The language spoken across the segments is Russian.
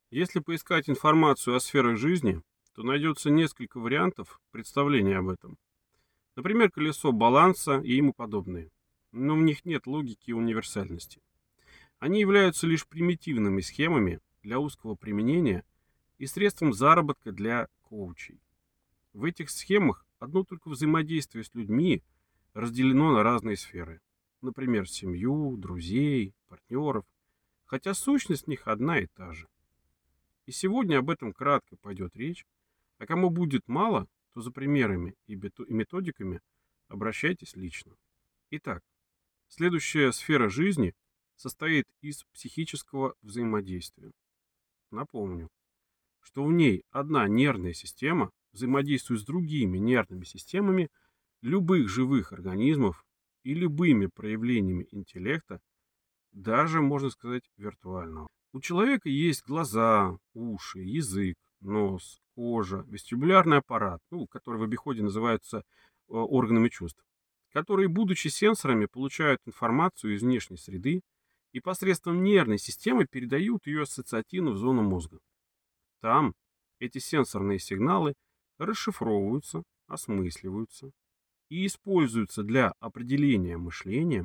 Если поискать информацию о сферах жизни, то найдется несколько вариантов представления об этом. Например, колесо баланса и ему подобные. Но в них нет логики и универсальности. Они являются лишь примитивными схемами для узкого применения и средством заработка для коучей. В этих схемах одно только взаимодействие с людьми разделено на разные сферы. Например, семью, друзей, партнеров, хотя сущность в них одна и та же. И сегодня об этом кратко пойдет речь, а кому будет мало, то за примерами и методиками обращайтесь лично. Итак, следующая сфера жизни состоит из психического взаимодействия. Напомню, что в ней одна нервная система взаимодействует с другими нервными системами любых живых организмов и любыми проявлениями интеллекта, даже, можно сказать, виртуального. У человека есть глаза, уши, язык, нос, кожа, вестибулярный аппарат, который в обиходе называются органами чувств, которые, будучи сенсорами, получают информацию из внешней среды и посредством нервной системы передают ее ассоциативно в зону мозга. Там эти сенсорные сигналы расшифровываются, осмысливаются и используются для определения мышлением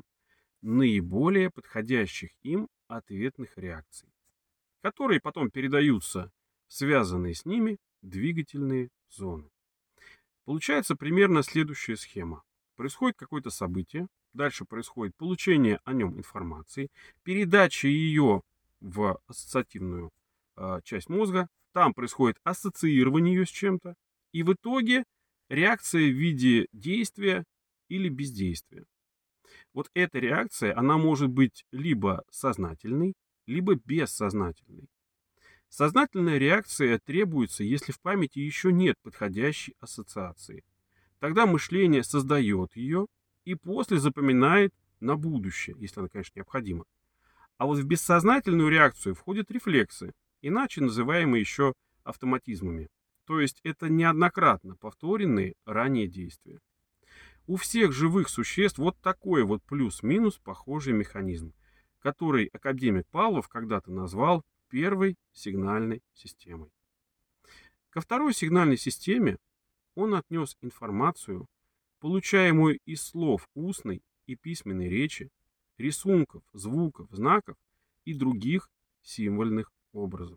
наиболее подходящих им ответных реакций, которые потом передаются в связанные с ними двигательные зоны. Получается примерно следующая схема. Происходит какое-то событие, дальше происходит получение о нем информации, передача ее в ассоциативную часть мозга, там происходит ассоциирование ее с чем-то, и в итоге реакция в виде действия или бездействия. Вот эта реакция, она может быть либо сознательной, либо бессознательной. Сознательная реакция требуется, если в памяти еще нет подходящей ассоциации. Тогда мышление создает ее и после запоминает на будущее, если она, конечно, необходима. А вот в бессознательную реакцию входят рефлексы, иначе называемые еще автоматизмами. То есть это неоднократно повторенные ранее действия. У всех живых существ вот такой вот плюс-минус похожий механизм, который академик Павлов когда-то назвал первой сигнальной системой. Ко второй сигнальной системе он отнес информацию, получаемую из слов устной и письменной речи, рисунков, звуков, знаков и других символьных образов.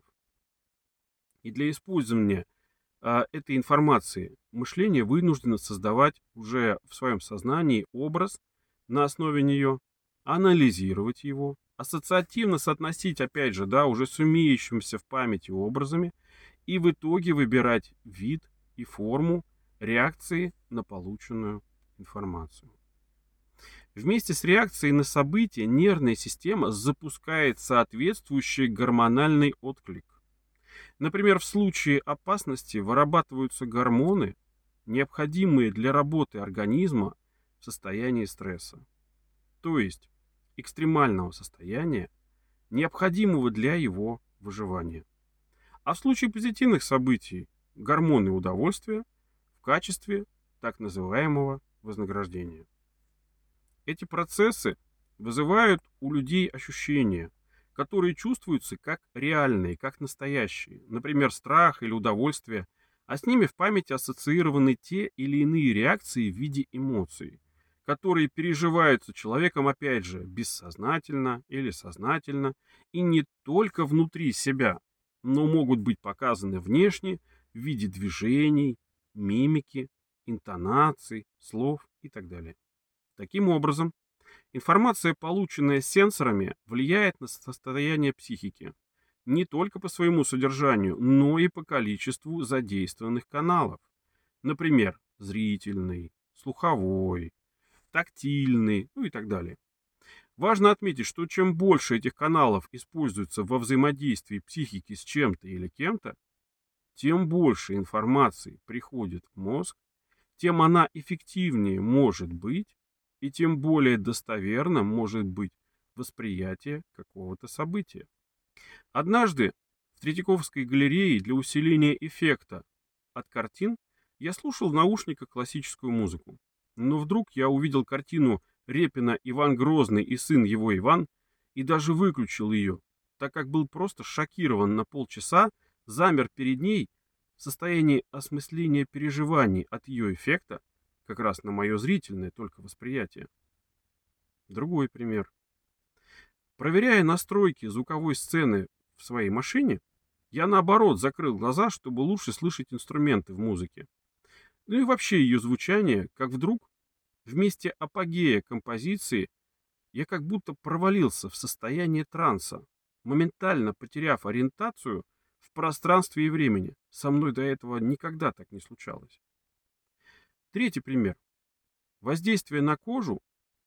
И для использования этой информации мышление вынуждено создавать уже в своем сознании образ на основе нее, анализировать его, ассоциативно соотносить, опять же, да, уже с имеющимися в памяти образами и в итоге выбирать вид и форму реакции на полученную информацию. Вместе с реакцией на событие нервная система запускает соответствующий гормональный отклик. Например, в случае опасности вырабатываются гормоны, необходимые для работы организма в состоянии стресса, то есть экстремального состояния, необходимого для его выживания. А в случае позитивных событий гормоны удовольствия в качестве так называемого вознаграждения. Эти процессы вызывают у людей ощущения, которые чувствуются как реальные, как настоящие, например, страх или удовольствие, а с ними в памяти ассоциированы те или иные реакции в виде эмоций, которые переживаются человеком, опять же, бессознательно или сознательно, и не только внутри себя, но могут быть показаны внешне в виде движений, мимики, интонаций, слов и так далее. Таким образом, информация, полученная сенсорами, влияет на состояние психики не только по своему содержанию, но и по количеству задействованных каналов. Например, зрительный, слуховой, тактильный, и так далее. Важно отметить, что чем больше этих каналов используется во взаимодействии психики с чем-то или кем-то, тем больше информации приходит в мозг, тем она эффективнее может быть, и тем более достоверно может быть восприятие какого-то события. Однажды в Третьяковской галерее для усиления эффекта от картин я слушал в наушниках классическую музыку. Но вдруг я увидел картину Репина «Иван Грозный и сын его Иван» и даже выключил ее. так как был просто шокирован на полчаса, замер перед ней в состоянии осмысления переживаний от ее эффекта, как раз на мое зрительное только восприятие. Другой пример. Проверяя настройки звуковой сцены в своей машине, я наоборот закрыл глаза, чтобы лучше слышать инструменты в музыке. Ну и вообще ее звучание, как вдруг, вместе апогея композиции, я как будто провалился в состояние транса, моментально потеряв ориентацию в пространстве и времени. Со мной до этого никогда так не случалось. Третий пример. Воздействие на кожу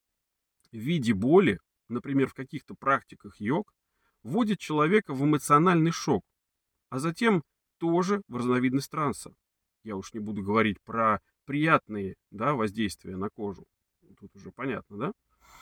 в виде боли, например, в каких-то практиках йог, вводит человека в эмоциональный шок, а затем тоже в разновидность транса. Я уж не буду говорить про приятные, да, воздействия на кожу. Тут уже понятно, да?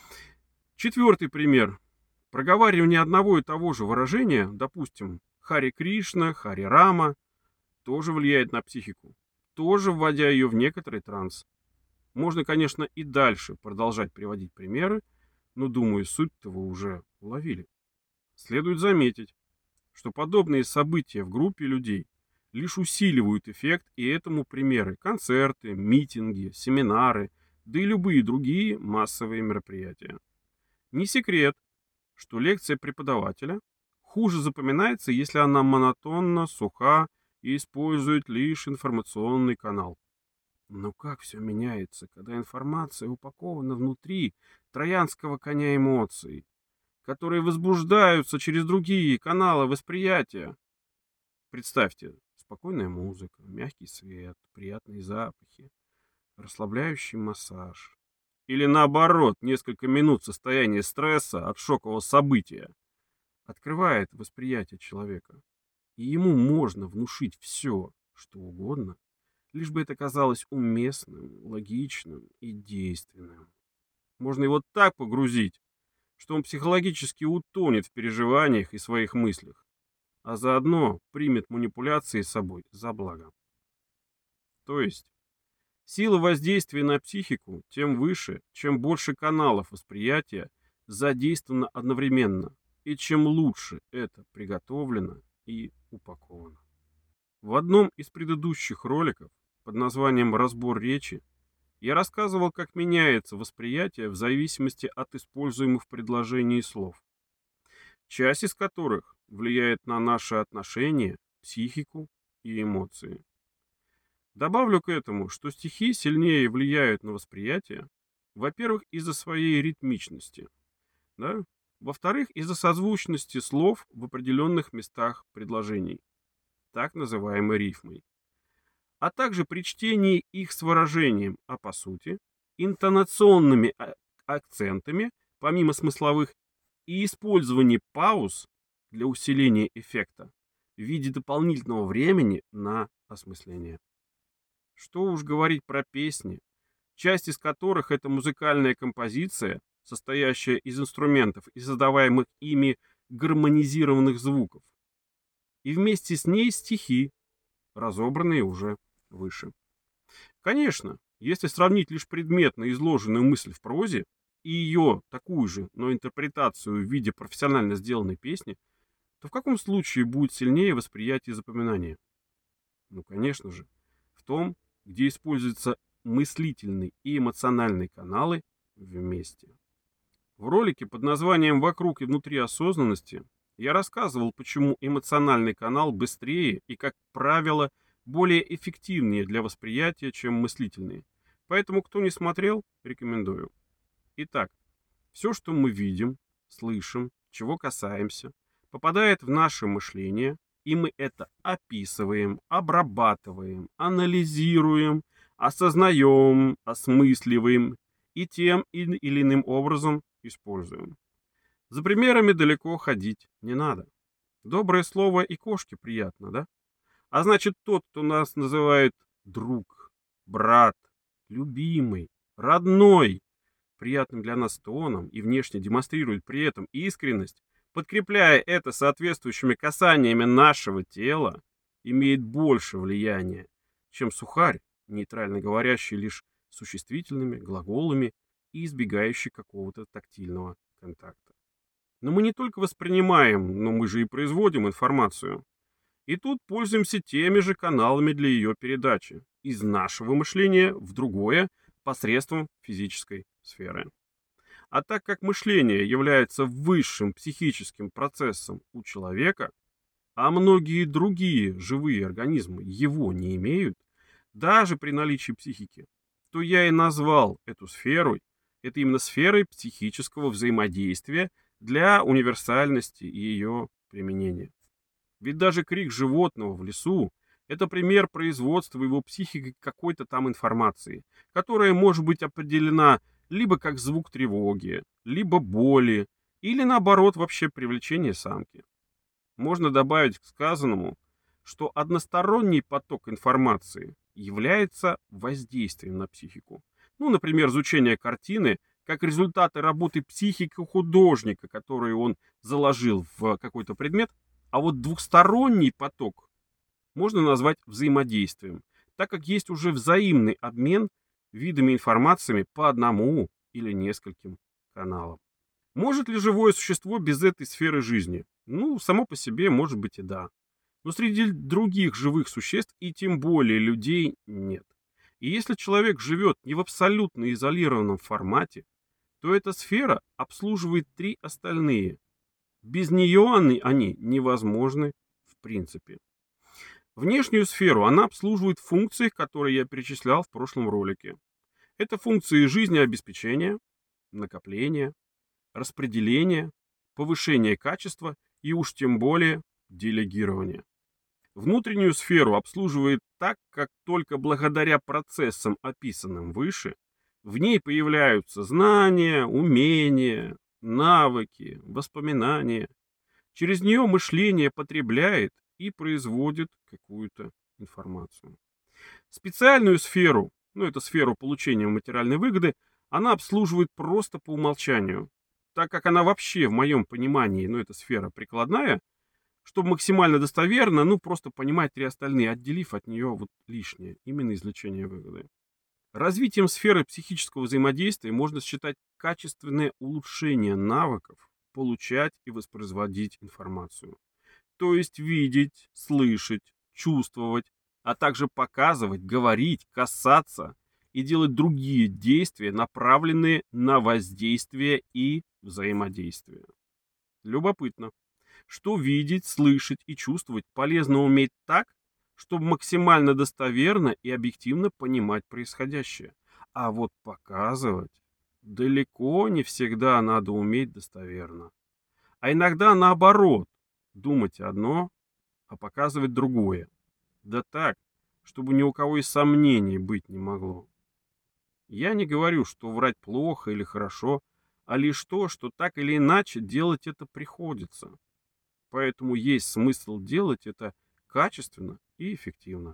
Четвертый пример. Проговаривание одного и того же выражения, допустим, Хари Кришна, Хари Рама, тоже влияет на психику, тоже вводя ее в некоторый транс. Можно, конечно, и дальше продолжать приводить примеры, но, думаю, суть-то вы уже уловили. Следует заметить, что подобные события в группе людей лишь усиливают эффект, и этому примеры концерты, митинги, семинары, да и любые другие массовые мероприятия. Не секрет, что лекция преподавателя хуже запоминается, если она монотонна, суха и использует лишь информационный канал. Но как все меняется, когда информация упакована внутри троянского коня эмоций, которые возбуждаются через другие каналы восприятия. Представьте, спокойная музыка, мягкий свет, приятные запахи, расслабляющий массаж. Или наоборот, несколько минут состояния стресса от шокового события открывает восприятие человека. И ему можно внушить все, что угодно, лишь бы это казалось уместным, логичным и действенным. Можно его так погрузить, что он психологически утонет в переживаниях и своих мыслях, а заодно примет манипуляции собой за благо. То есть, сила воздействия на психику тем выше, чем больше каналов восприятия задействовано одновременно, и чем лучше это приготовлено и упаковано. В одном из предыдущих роликов под названием «Разбор речи» я рассказывал, как меняется восприятие в зависимости от используемых в предложении слов, часть из которых влияет на наши отношения, психику и эмоции. Добавлю к этому, что стихи сильнее влияют на восприятие, во-первых, из-за своей ритмичности, да? Во-вторых, из-за созвучности слов в определенных местах предложений, так называемой рифмой, а также при чтении их с выражением, а по сути, интонационными акцентами, помимо смысловых, и использовании пауз для усиления эффекта в виде дополнительного времени на осмысление. Что уж говорить про песни, часть из которых это музыкальная композиция, состоящая из инструментов и создаваемых ими гармонизированных звуков, и вместе с ней стихи, разобранные уже выше. Конечно, если сравнить лишь предметно изложенную мысль в прозе и ее такую же, но интерпретацию в виде профессионально сделанной песни, то в каком случае будет сильнее восприятие и запоминание? Ну, конечно же, в том, где используются мыслительные и эмоциональные каналы вместе. В ролике под названием «Вокруг и внутри осознанности» я рассказывал, почему эмоциональный канал быстрее и, как правило, более эффективнее для восприятия, чем мыслительные. Поэтому, кто не смотрел, рекомендую. Итак, все, что мы видим, слышим, чего касаемся, попадает в наше мышление, и мы это описываем, обрабатываем, анализируем, осознаем, осмысливаем и тем или иным образом используем. За примерами далеко ходить не надо. Доброе слово и кошке приятно, да? А значит, тот, кто нас называет друг, брат, любимый, родной, приятным для нас тоном и внешне демонстрирует при этом искренность, подкрепляя это соответствующими касаниями нашего тела, имеет больше влияния, чем сухарь, нейтрально говорящий лишь существительными, глаголами и избегающий какого-то тактильного контакта. Но мы не только воспринимаем, но мы же и производим информацию. И тут пользуемся теми же каналами для ее передачи. Из нашего мышления в другое посредством физической сферы. А так как мышление является высшим психическим процессом у человека, а многие другие живые организмы его не имеют, даже при наличии психики, то я и назвал эту сферу, это именно сферой психического взаимодействия для универсальности ее применения. Ведь даже крик животного в лесу — это пример производства его психикой какой-то там информации, которая может быть определена либо как звук тревоги, либо боли, или наоборот вообще привлечение самки. Можно добавить к сказанному, что односторонний поток информации является воздействием на психику. Ну, например, изучение картины как результаты работы психики художника, который он заложил в какой-то предмет, а вот двухсторонний поток можно назвать взаимодействием, так как есть уже взаимный обмен видами информации по одному или нескольким каналам. Может ли живое существо без этой сферы жизни? Ну, само по себе, может быть, и да. Но среди других живых существ, и тем более людей, нет. И если человек живет не в абсолютно изолированном формате, то эта сфера обслуживает три остальные. Без нее они невозможны в принципе. Внешнюю сферу она обслуживает функции, которые я перечислял в прошлом ролике. Это функции жизнеобеспечения, накопления, распределения, повышения качества и уж тем более делегирования. Внутреннюю сферу обслуживает так, как только благодаря процессам, описанным выше, в ней появляются знания, умения, навыки, воспоминания. Через нее мышление потребляет и производит какую-то информацию. Специальную сферу, ну это сферу получения материальной выгоды, она обслуживает просто по умолчанию, так как она вообще в моем понимании, ну это сфера прикладная, чтобы максимально достоверно, ну просто понимать три остальные, отделив от нее вот лишнее, именно извлечение выгоды. Развитием сферы психического взаимодействия можно считать качественное улучшение навыков получать и воспроизводить информацию. То есть видеть, слышать, чувствовать, а также показывать, говорить, касаться и делать другие действия, направленные на воздействие и взаимодействие. Любопытно, что видеть, слышать и чувствовать полезно уметь так, чтобы максимально достоверно и объективно понимать происходящее. А вот показывать далеко не всегда надо уметь достоверно. А иногда наоборот, думать одно, а показывать другое. Да так, чтобы ни у кого и сомнений быть не могло. Я не говорю, что врать плохо или хорошо, а лишь то, что так или иначе делать это приходится. Поэтому есть смысл делать это качественно и эффективно.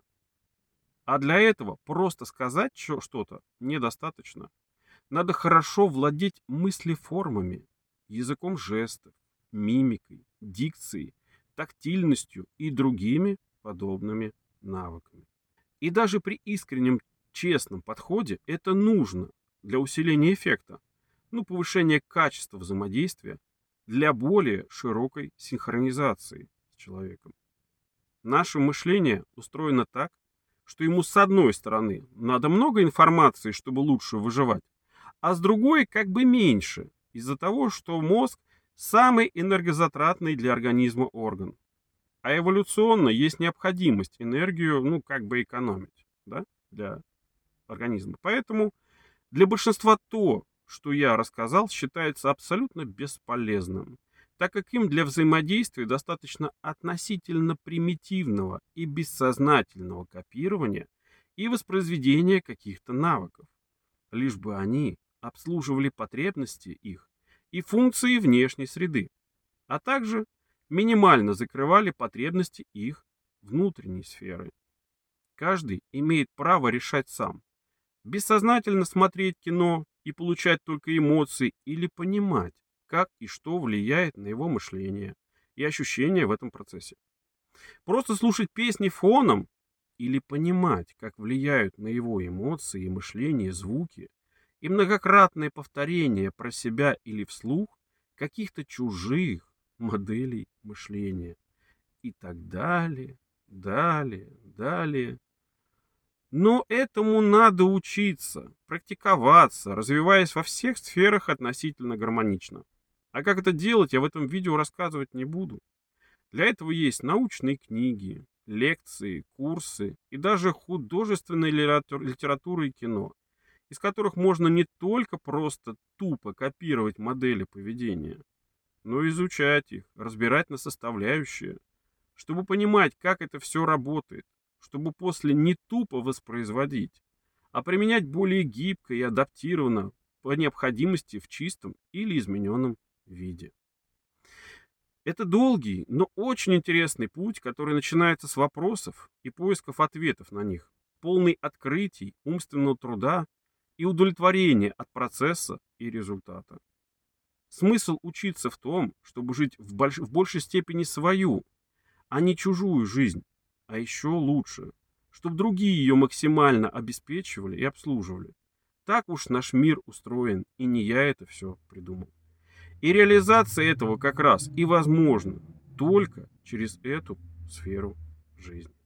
А для этого просто сказать что-то недостаточно. Надо хорошо владеть мыслеформами, языком жестов, мимикой, дикцией, тактильностью и другими подобными навыками. И даже при искреннем, честном подходе это нужно для усиления эффекта, ну, повышения качества взаимодействия для более широкой синхронизации с человеком. Наше мышление устроено так, что ему с одной стороны надо много информации, чтобы лучше выживать, а с другой как бы меньше, из-за того, что мозг самый энергозатратный для организма орган. А эволюционно есть необходимость энергию, ну, как бы экономить, да, для организма. Поэтому для большинства то, что я рассказал, считается абсолютно бесполезным, так как им для взаимодействия достаточно относительно примитивного и бессознательного копирования и воспроизведения каких-то навыков, лишь бы они обслуживали потребности их и функции внешней среды, а также минимально закрывали потребности их внутренней сферы. Каждый имеет право решать сам, бессознательно смотреть кино и получать только эмоции или понимать, как и что влияет на его мышление и ощущения в этом процессе. Просто слушать песни фоном или понимать, как влияют на его эмоции и мышление звуки и многократное повторение про себя или вслух каких-то чужих моделей мышления и так далее, далее, далее. Но этому надо учиться, практиковаться, развиваясь во всех сферах относительно гармонично. А как это делать, я в этом видео рассказывать не буду. Для этого есть научные книги, лекции, курсы и даже художественная литература и кино, из которых можно не только просто тупо копировать модели поведения, но и изучать их, разбирать на составляющие, чтобы понимать, как это все работает, чтобы после не тупо воспроизводить, а применять более гибко и адаптированно по необходимости в чистом или измененном виде. Это долгий, но очень интересный путь, который начинается с вопросов и поисков ответов на них, полный открытий, умственного труда и удовлетворения от процесса и результата. Смысл учиться в том, чтобы жить в большей степени свою, а не чужую жизнь, а еще лучше, чтобы другие ее максимально обеспечивали и обслуживали. Так уж наш мир устроен, и не я это все придумал. И реализация этого как раз и возможна только через эту сферу жизни.